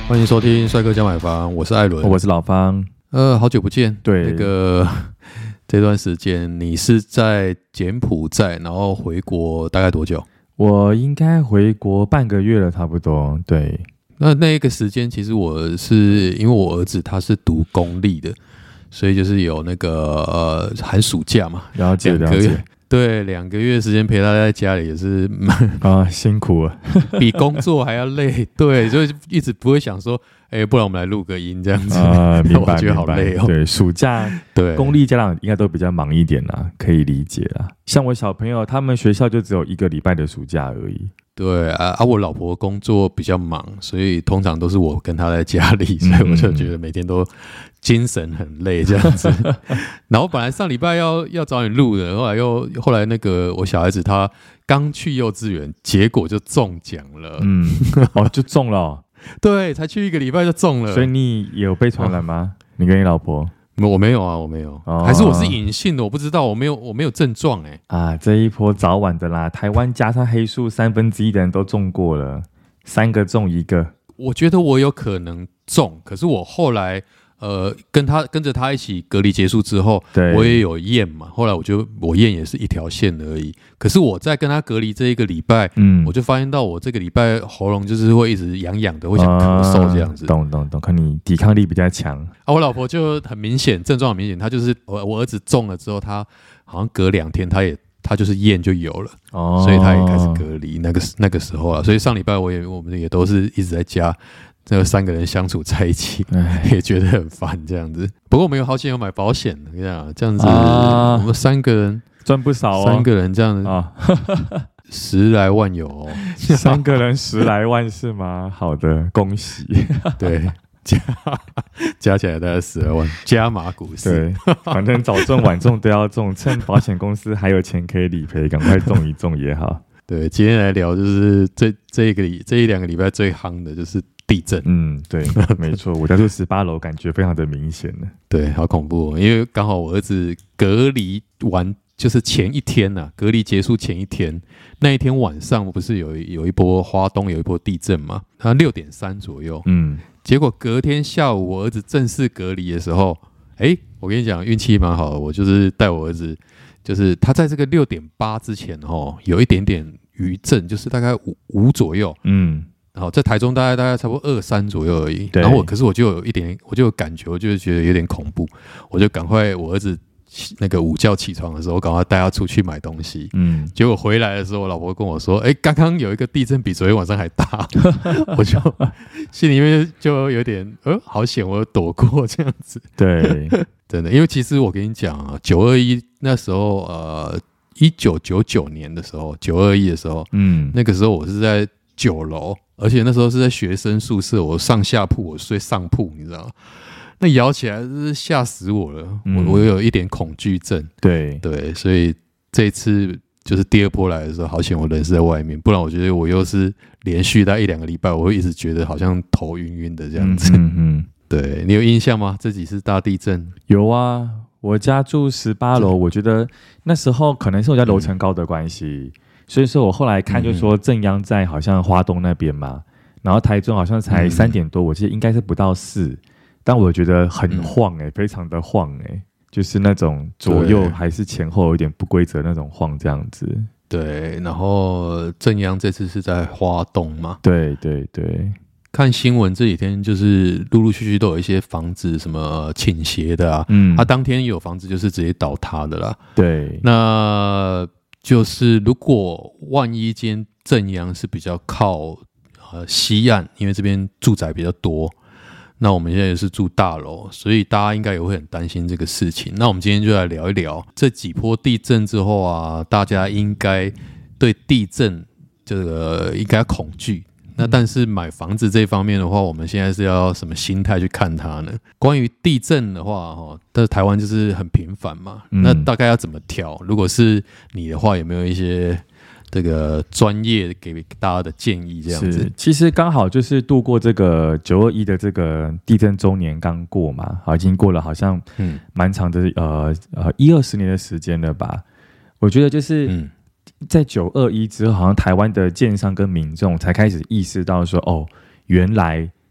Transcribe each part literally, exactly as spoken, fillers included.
欢迎收听帅哥讲买房，我是艾伦， 我是老方。 呃，好久不见。 对， 那个这段时间你是在柬埔寨，然后回国大概多久？ 我应该回国半个月了，差不多。对， 那那个时间其实我是因为我儿子他是读公立的，所以就是有那个呃寒暑假嘛， 了解了解。 对，两个月时间陪他在家里也是啊，辛苦了， 比工作还要累。对，就一直不会想说，哎、欸，不然我们来录个音这样子。 啊，明白， 我觉得好累哦。 对，暑假对公立家长应该都比较忙一点啦，可以理解啦。像我小朋友，他们学校就只有一个礼拜的暑假而已。 对啊，啊，我老婆工作比较忙，所以通常都是我跟她在家里，所以我就觉得每天都精神很累这样子。然后本来上礼拜要要找你录的，后来又后来那个我小孩子他刚去幼稚园，结果就中奖了。 嗯，哦，就中了、哦。 对，才去一个礼拜就中了。 所以你有被传染吗？哦、你跟你老婆？ 我没有啊，我没有，哦、还是我是隐性的，我不知道，我没有，我没有症状哎、 欸。啊，这一波早晚的啦，台湾加上黑数三分之一的人都中过了，三个中一个。 我觉得我有可能中，可是我后来呃跟他跟着他一起隔离结束之后，我也有验嘛，后来我就我验也是一条线而已。可是我在跟他隔离这一个礼拜，嗯，我就发现到我这个礼拜喉咙就是会一直痒痒的，会想咳嗽这样子。 啊、懂懂懂，看你抵抗力比较强啊。我老婆就很明显症状很明显，她就是我我儿子中了之后，她好像隔两天，她也她就是验就有了，哦，所以她也开始隔离那个那个时候啊。所以上礼拜我也我们也都是一直在家。这三个人相处在一起，也觉得很烦这样子。不过我们有好险有买保险，这样这样子，啊、我们三个人赚不少哦。 三个人这样子啊，十来万有哦。 三个人十来万是吗？好的，恭喜。 对，加加起来大概十来万，加码股市。 对，反正早中晚中都要中，趁保险公司还有钱可以理赔，赶快中一中也好。 对，今天来聊就是这这一个礼这一两个礼拜最夯的就是地震。 嗯，对，没错，我家住十八楼，感觉非常的明显了。 对，好恐怖哦！因为刚好我儿子隔离完，就是前一天呐、啊，隔离结束前一天，那一天晚上不是有有一波花东有一波地震嘛？他六点三左右，嗯，结果隔天下午我儿子正式隔离的时候，哎，我跟你讲，运气蛮好的，我就是带我儿子。就是他在这个六点八之前哦，有一点点余震，就是大概五五左右，嗯，然后在台中大概大概差不多二三左右而已。然后我可是我就有一点，我就有感觉，我就觉得有点恐怖，我就赶快我儿子那个午觉起床的时候，赶快带他出去买东西。嗯，结果回来的时候，我老婆跟我说：“哎，刚刚有一个地震比昨天晚上还大。”我就心里面就有点呃，好险，我有躲过这样子。 对。 真的，因为其实我跟你讲啊，九二一那时候，呃，一九九九年的时候，九二一的时候，嗯，那个时候我是在九楼，而且那时候是在学生宿舍，我上下铺，我睡上铺，你知道吗？那摇起来真是吓死我了，嗯、我我有一点恐惧症， 对对，所以这一次就是第二波来的时候，好险我人是在外面，不然我觉得我又是连续在一两个礼拜，我会一直觉得好像头晕晕的这样子，嗯嗯。对，你有印象吗？这几次大地震？ 有啊，我家住十八楼，我觉得那时候可能是我家楼层高的关系，嗯、所以说我后来看就说震央在好像花东那边嘛，然后台中好像才三点多，我记得应该是不到四，但我觉得很晃哎、欸，嗯、非常的晃哎、欸，就是那种左右还是前后有点不规则那种晃这样子。 对，然后震央这次是在花东嘛？ 对对对。 看新闻这几天就是陆陆续续都有一些房子什么倾斜的啊，嗯，他、啊、当天有房子就是直接倒塌的啦。 对， 那就是如果万一今天震央是比较靠呃西岸，因为这边住宅比较多，那我们现在也是住大楼，所以大家应该也会很担心这个事情。那我们今天就来聊一聊这几波地震之后啊，大家应该对地震这个应该恐惧。那但是买房子这方面的话，我们现在是要什么心态去看它呢？关于地震的话，哈，但是台湾就是很频繁嘛，嗯、那大概要怎么调？如果是你的话，有没有一些这个专业给大家的建议？这样子， 是其实刚好就是度过这个九二一的这个地震周年刚过嘛，好，已经过了好像蛮长的呃呃一二十年的时间了吧？我觉得就是。嗯在九二一之后，好像台湾的建商跟民众才开始意识到说，哦，原来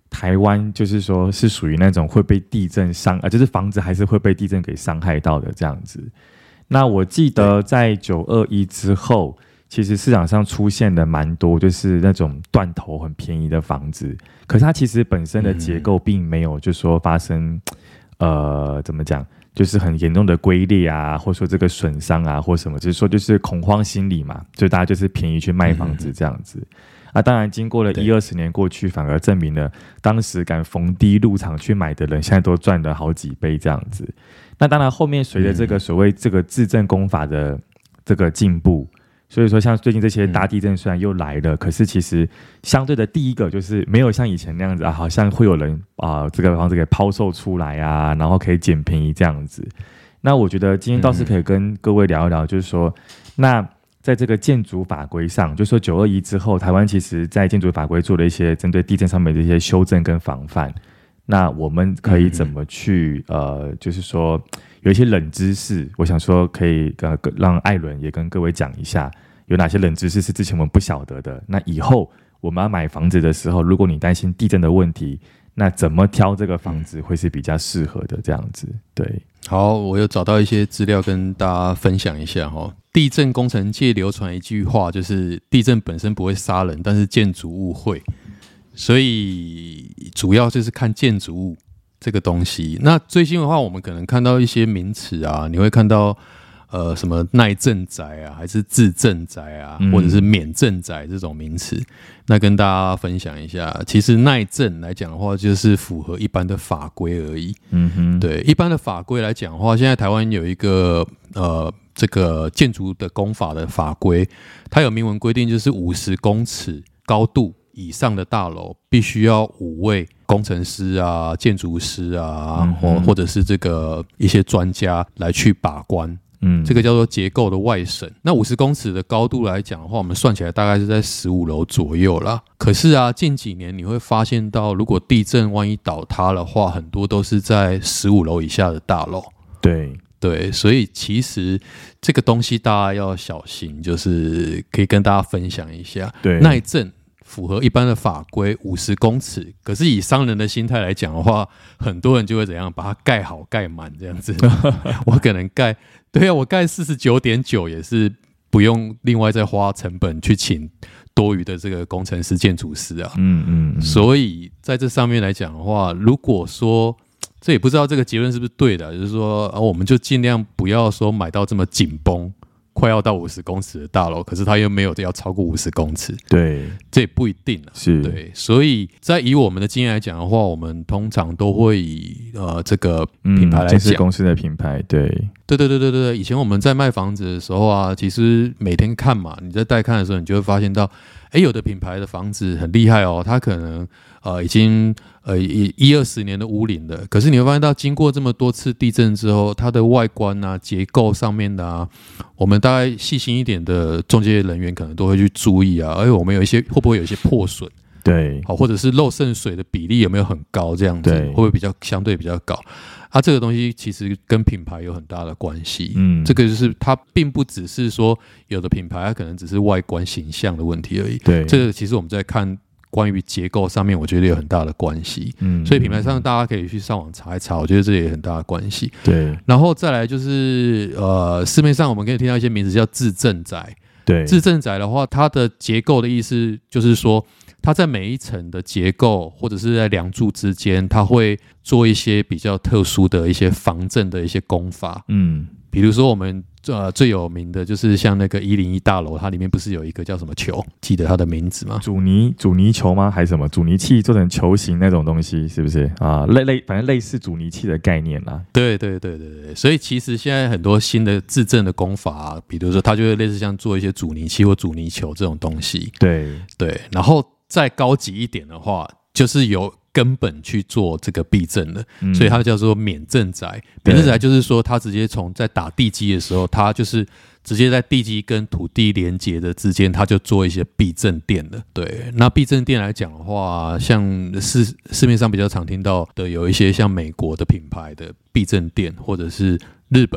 台湾就是说是属于那种会被地震伤，呃，就是房子还是会被地震给伤害到的这样子。那我记得在九二一之后，其实市场上出现的蛮多，就是那种断头很便宜的房子，可是它其实本身的结构并没有，就说发生，呃，怎么讲，就是很严重的龟裂啊，或者说这个损伤啊，或什么，只是说就是恐慌心理嘛，就大家就是便宜去卖房子这样子。啊，当然，经过了一二十年过去，反而证明了当时敢逢低入场去买的人，现在都赚了好几倍这样子。那当然，后面随着这个所谓这个自证工法的这个进步，所以说像最近这些大地震虽然又来了，嗯、可是其实相对的第一个就是没有像以前那样子啊，好像会有人啊、呃、这个房子给抛售出来啊，然后可以捡便宜这样子。那我觉得今天倒是可以跟各位聊一聊，就是说，那在这个建筑法规上，就是说九二一之后，台湾其实在建筑法规做了一些针对地震上面的一些修正跟防范。那我们可以怎么去、嗯、呃，就是说有一些冷知识，我想说可以呃让艾伦也跟各位讲一下，有哪些冷知识是之前我们不晓得的。那以后我们要买房子的时候，如果你担心地震的问题，那怎么挑这个房子会是比较适合的这样子？对， 好，我有找到一些资料跟大家分享一下哈。地震工程界流传一句话，就是地震本身不会杀人，但是建筑物会。所以主要就是看建筑物这个东西。那最近的话，我们可能看到一些名词啊，你会看到呃什么耐震宅啊，还是自震宅啊，嗯、或者是免震宅这种名词。那跟大家分享一下，其实耐震来讲的话，就是符合一般的法规而已。嗯哼，对，一般的法规来讲的话，现在台湾有一个呃这个建筑的工法的法规，它有明文规定，就是五十公尺高度以上的大楼必须要五位工程师啊、建筑师啊，嗯、或或者是这个一些专家来去把关。嗯，这个叫做结构的外审。那五十公尺的高度来讲的话，我们算起来大概是在十五楼左右啦。可是啊，近几年你会发现到，如果地震万一倒塌的话，很多都是在十五楼以下的大楼。 对对，所以其实这个东西大家要小心，就是可以跟大家分享一下。 对， 耐震符合一般的法规五十公尺，可是以商人的心态来讲的话，很多人就会怎样把它盖好盖满这样子。我可能盖，对啊，我盖 四十九点九 也是不用另外再花成本去请多余的这个工程师、建筑师啊。嗯嗯嗯。所以在这上面来讲的话，如果说这也不知道这个结论是不是对的，就是说、啊、我们就尽量不要说买到这么紧绷。快要到五十公尺的大楼，可是它又没有要超过五十公尺， 对， 这也不一定啊。 是， 对，所以在以我们的经验来讲的话，我们通常都会以呃这个品牌来讲， 建设公司的品牌，对， 对对对对对。以前我们在卖房子的时候啊，其实每天看嘛，你在带看的时候，你就会发现到，哎，有的品牌的房子很厉害哦，它可能呃已经呃一一二十年的屋龄了，可是你会发现到经过这么多次地震之后，它的外观啊、结构上面的啊，我们大概细心一点的中介人员可能都会去注意啊，而且我们有一些会不会有一些破损， 对， 好，或者是漏渗水的比例有没有很高，这样子会不会比较相对比较高？啊，这个东西其实跟品牌有很大的关系。嗯，这个就是它并不只是说有的品牌它可能只是外观形象的问题而已。 对， 这个其实我们在看关于结构上面，我觉得有很大的关系。嗯，所以品牌上大家可以去上网查一查，我觉得这也有很大的关系。 对， 然后再来就是呃，市面上我们可以听到一些名字叫自震宅。 对， 自震宅的话，它的结构的意思就是说，它在每一层的结构或者是在梁柱之间，它会做一些比较特殊的一些防震的一些工法。嗯，比如说我们呃最有名的就是像那个一零一大楼，它里面不是有一个叫什么球？记得它的名字吗？ 阻尼阻尼球吗？还是什么阻尼器做成球形那种东西？是不是啊？类类反正类似阻尼器的概念啦。 对对对对对，所以其实现在很多新的自震的工法、啊，比如说它就会类似像做一些阻尼器或阻尼球这种东西。 对对，然后再高级一点的话，就是有根本去做这个避震的、嗯，所以它叫做免震宅。免震宅就是说，它直接从在打地基的时候，它就是直接在地基跟土地连接的之间，它就做一些避震垫的。对，那避震垫来讲的话，像市市面上比较常听到的，有一些像美国的品牌的避震垫，或者是日本的。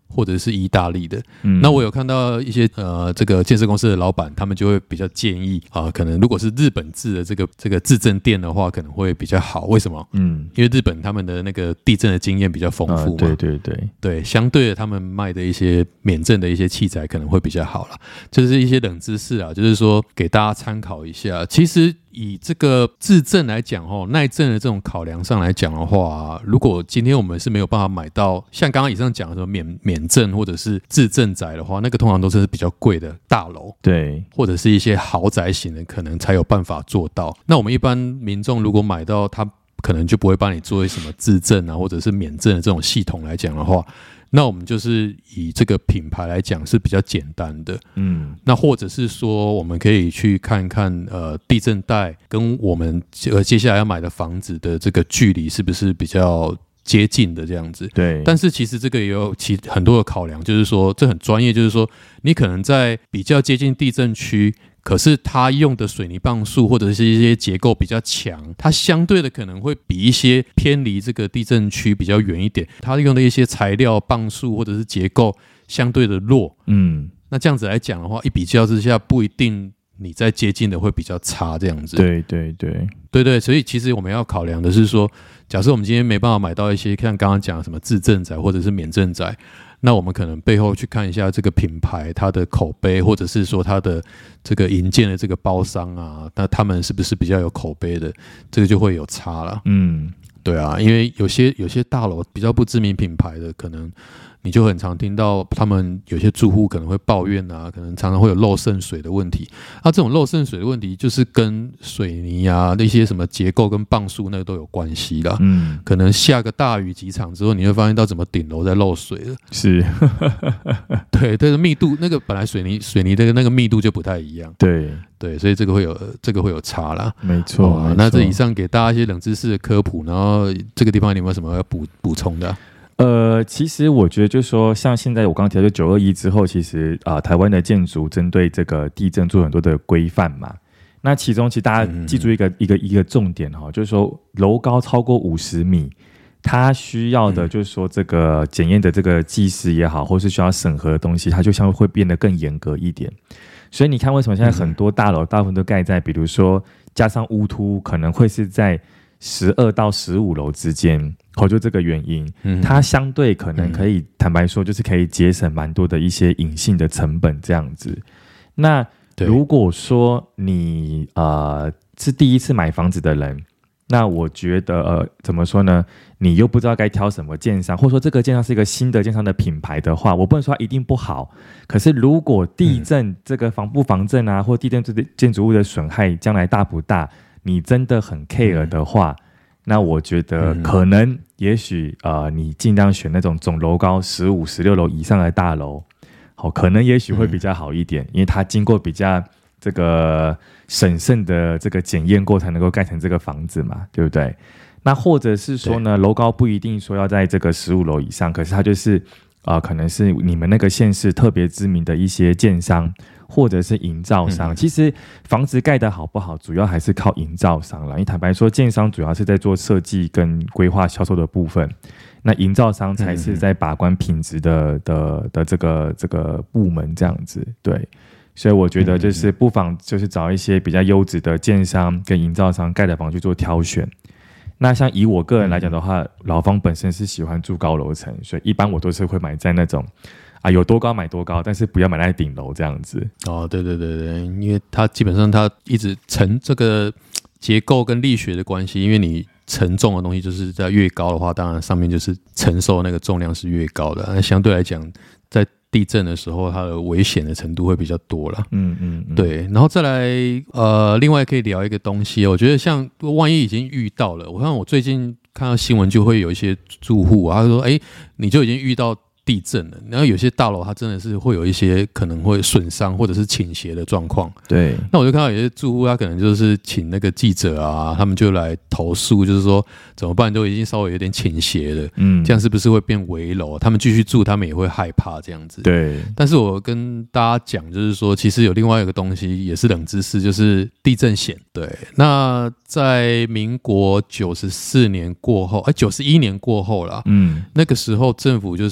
或者是意大利的。 嗯， 那我有看到一些呃这个建设公司的老板，他们就会比较建议啊、呃，可能如果是日本制的这个这个制震垫的话，可能会比较好。为什么？嗯，因为日本他们的那个地震的经验比较丰富嘛、 呃，对对对对，相对的他们卖的一些免震的一些器材可能会比较好啦。这、就是一些冷知识啊，就是说给大家参考一下。其实以这个制震来讲哦，耐震的这种考量上来讲的话、啊，如果今天我们是没有办法买到像刚刚以上讲的什么免免震或者是制震宅的话，那个通常都是比较贵的大楼， 对， 或者是一些豪宅型的，可能才有办法做到。那我们一般民众如果买到它，可能就不会帮你做什么制震啊，或者是免震的这种系统来讲的话。那我们就是以这个品牌来讲是比较简单的，嗯，那或者是说我们可以去看看呃地震带跟我们呃接下来要买的房子的这个距离是不是比较接近的这样子， 对。 但是其实这个也有其很多的考量，就是说这很专业，就是说你可能在比较接近地震区。可是它用的水泥磅数或者是一些结构比较强，它相对的可能会比一些偏离这个地震区比较远一点，它用的一些材料磅数或者是结构相对的弱，嗯，那这样子来讲的话，一比较之下不一定你在接近的会比较差这样子。 对对对对对，所以其实我们要考量的是说，假设我们今天没办法买到一些像刚刚讲什么制震宅或者是免震宅，那我们可能背后去看一下这个品牌它的口碑，或者是说它的这个营建的这个包商啊，那他们是不是比较有口碑的，这个就会有差了。嗯，对啊，因为有些有些大楼比较不知名品牌的，可能你就很常听到他们有些住户可能会抱怨啊，可能常常会有漏渗水的问题。那、啊、这种漏渗水的问题，就是跟水泥啊那些什么结构跟磅数那个都有关系啦。嗯，可能下个大雨几场之后，你会发现到怎么顶楼在漏水了。 是， 对，但是密度那个本来水泥水泥的那个密度就不太一样。 对对，所以这个会有这个会有差啦。 没错、哦。没错， 那这以上给大家一些冷知识的科普，然后这个地方你有没有什么要补补充的、啊？ 呃，其实我觉得就是说，像现在我刚刚提到，就九二一之后，其实啊、呃，台湾的建筑针对这个地震做很多的规范嘛。那其中，其实大家记住一个、嗯、一个一个重点哈，就是说楼高超过五十米，它需要的就是说这个检验的这个技师也好，或是需要审核的东西，它就像会变得更严格一点。所以你看，为什么现在很多大楼大部分都盖在，比如说加上屋突，可能会是在十二到十五楼之间。就这个原因、嗯、它相对可能可以、嗯、坦白说就是可以节省蛮多的一些隐性的成本这样子。那如果说你呃是第一次买房子的人，那我觉得呃怎么说呢，你又不知道该挑什么建商，或者说这个建商是一个新的建商的品牌的话，我不能说它一定不好，可是如果地震、嗯、这个防不防震啊，或地震对建筑物的损害将来大不大，你真的很 care 的话、嗯，那我觉得可能也许呃你尽量选那种总楼高十五、十六楼以上的大楼，好，可能也许会比较好一点、嗯、因为它经过比较这个审慎的这个检验过才能够盖成这个房子嘛，对不对？那或者是说呢，楼高不一定说要在这个十五楼以上，可是它就是啊、呃，可能是你们那个县市特别知名的一些建商或者是营造商、嗯、其实房子盖得好不好主要还是靠营造商啦，因为坦白说建商主要是在做设计跟规划销售的部分，那营造商才是在把关品质的、嗯、的的这个这个部门这样子。对，所以我觉得就是不妨就是找一些比较优质的建商跟营造商盖的房去做挑选。那像以我个人来讲的话、嗯、老方本身是喜欢住高楼层，所以一般我都是会买在那种啊，有多高买多高，但是不要买在顶楼这样子。 哦，对对对对，因为它基本上它一直承这个结构跟力学的关系，因为你承重的东西就是在越高的话，当然上面就是承受那个重量是越高的，那相对来讲，在地震的时候，它的危险的程度会比较多啦。嗯嗯嗯，对，然后再来呃，另外可以聊一个东西，我觉得像万一已经遇到了，我看我最近看到新闻就会有一些住户啊，他说，哎，你就已经遇到地震了，然后有些大楼它真的是会有一些可能会损伤或者是倾斜的状况。 对， 那我就看到有些住户他可能就是请那个记者啊，他们就来投诉，就是说怎么办，都已经稍微有点倾斜了，嗯，这样是不是会变危楼？他们继续住，他们也会害怕这样子。 对， 但是我跟大家讲，就是说其实有另外一个东西也是冷知识，就是地震险。对，那在民国九十四年过后，哎，九十一年过后啦，嗯，那个时候政府就是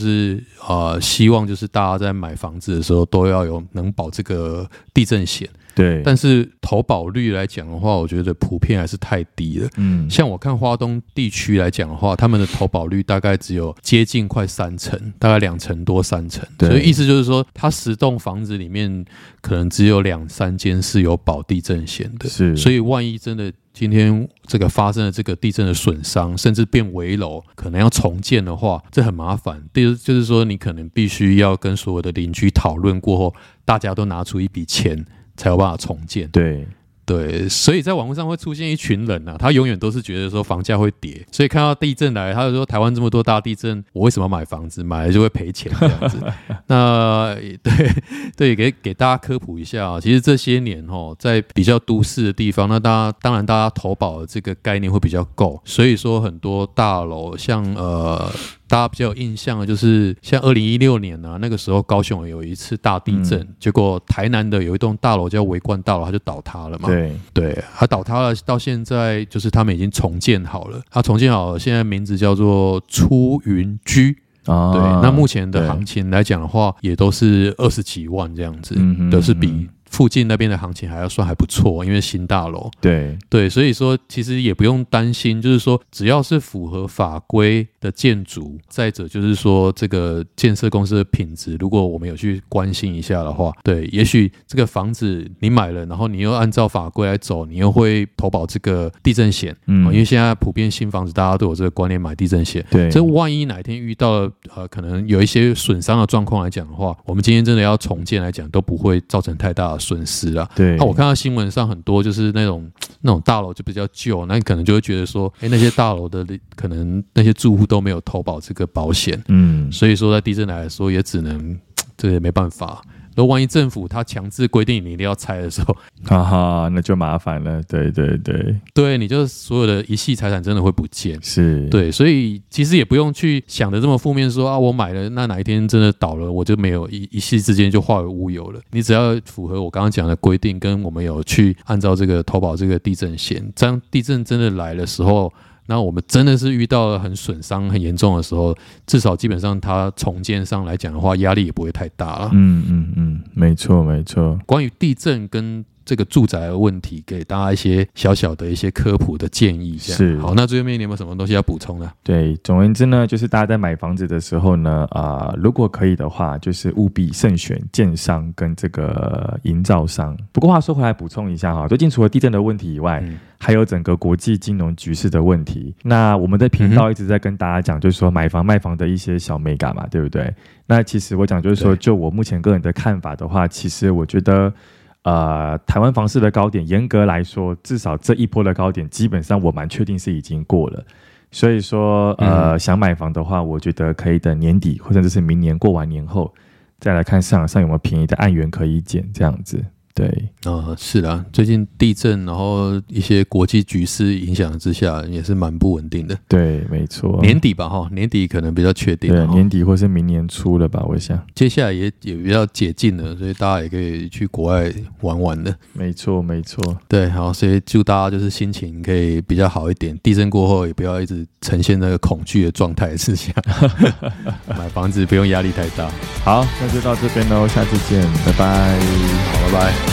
呃希望就是大家在买房子的时候都要有能保这个地震险。 对， 但是投保率来讲的话，我觉得普遍还是太低了。嗯，像我看花东地区来讲的话，他们的投保率大概只有接近快三成，大概两成多三成。所以意思就是说，它十栋房子里面可能只有两三间是有保地震险的。 是， 所以万一真的今天这个发生了这个地震的损伤，甚至变危楼，可能要重建的话，这很麻烦。就是说，你可能必须要跟所有的邻居讨论过后，大家都拿出一笔钱，才有办法重建。 对对，所以在网络上会出现一群人啊，他永远都是觉得说房价会跌，所以看到地震来，他就说台湾这么多大地震，我为什么要买房子？买了就会赔钱这样子。那对对，给给大家科普一下啊，其实这些年哦，在比较都市的地方，那大家当然大家投保的这个概念会比较够，所以说很多大楼像呃。大家比较有印象的就是像二零一六年啊，那个时候高雄有一次大地震，嗯、结果台南的有一栋大楼叫维冠大楼，它就倒塌了嘛。对对，它倒塌了，到现在就是他们已经重建好了，它重建好了，现在名字叫做出云居。啊、对，那目前的行情来讲的话，也都是二十几万这样子，嗯、都是比附近那边的行情还要算还不错，因为新大楼。对对，所以说其实也不用担心，就是说只要是符合法规的建筑，再者就是说这个建设公司的品质，如果我们有去关心一下的话，对，也许这个房子你买了，然后你又按照法规来走，你又会投保这个地震险，嗯，因为现在普遍新房子大家都有这个观念买地震险，对，所以万一哪一天遇到了呃可能有一些损伤的状况来讲的话，我们今天真的要重建来讲，都不会造成太大的损失啦。对，那、啊、我看到新闻上很多就是那种那种大楼就比较旧，那你可能就会觉得说，哎，那些大楼的可能那些住户都没有投保这个保险，嗯，所以说在地震来的时候也只能这也没办法。如果万一政府他强制规定你一定要拆的时候， 哈哈，那就麻烦了。对对对， 对，你就所有的一系财产真的会不见。 是， 对，所以其实也不用去想的这么负面说，说啊，我买了，那哪一天真的倒了，我就没有一一夕之间就化为乌有了。你只要符合我刚刚讲的规定，跟我们有去按照这个投保这个地震险，这样地震真的来的时候。那我们真的是遇到了很损伤很严重的时候，至少基本上它重建上来讲的话，压力也不会太大了。 嗯嗯嗯，没错没错。 关于地震跟这个住宅的问题，给大家一些小小的一些科普的建议。是，好，那最后面你有没有什么东西要补充的？ 对，总而言之呢，就是大家在买房子的时候呢，啊、呃，如果可以的话，就是务必慎选建商跟这个营造商。不过话说回来，补充一下哈，最近除了地震的问题以外，嗯、还有整个国际金融局势的问题。那我们的频道一直在跟大家讲，就是说买房卖房的一些小美感嘛，对不对？那其实我讲就是说，就我目前个人的看法的话，其实我觉得。呃，台湾房市的高点，严格来说，至少这一波的高点，基本上我蛮确定是已经过了。所以说，呃，嗯、想买房的话，我觉得可以等年底，或者是明年过完年后，再来看市场上有没有便宜的案源可以捡，这样子。对， 呃，是的，最近地震，然后一些国际局势影响之下，也是蛮不稳定的。 对，没错。 年底吧，哈，年底可能比较确定。 对，年底或是明年初了吧，我想。 接下来也也比较解禁了，所以大家也可以去国外玩玩的。 没错，没错。 对，好，所以祝大家就是心情可以比较好一点。地震过后也不要一直呈现那个恐惧的状态之下，买房子不用压力太大。 好，那就到这边喽，下次见，拜拜。 好，拜拜。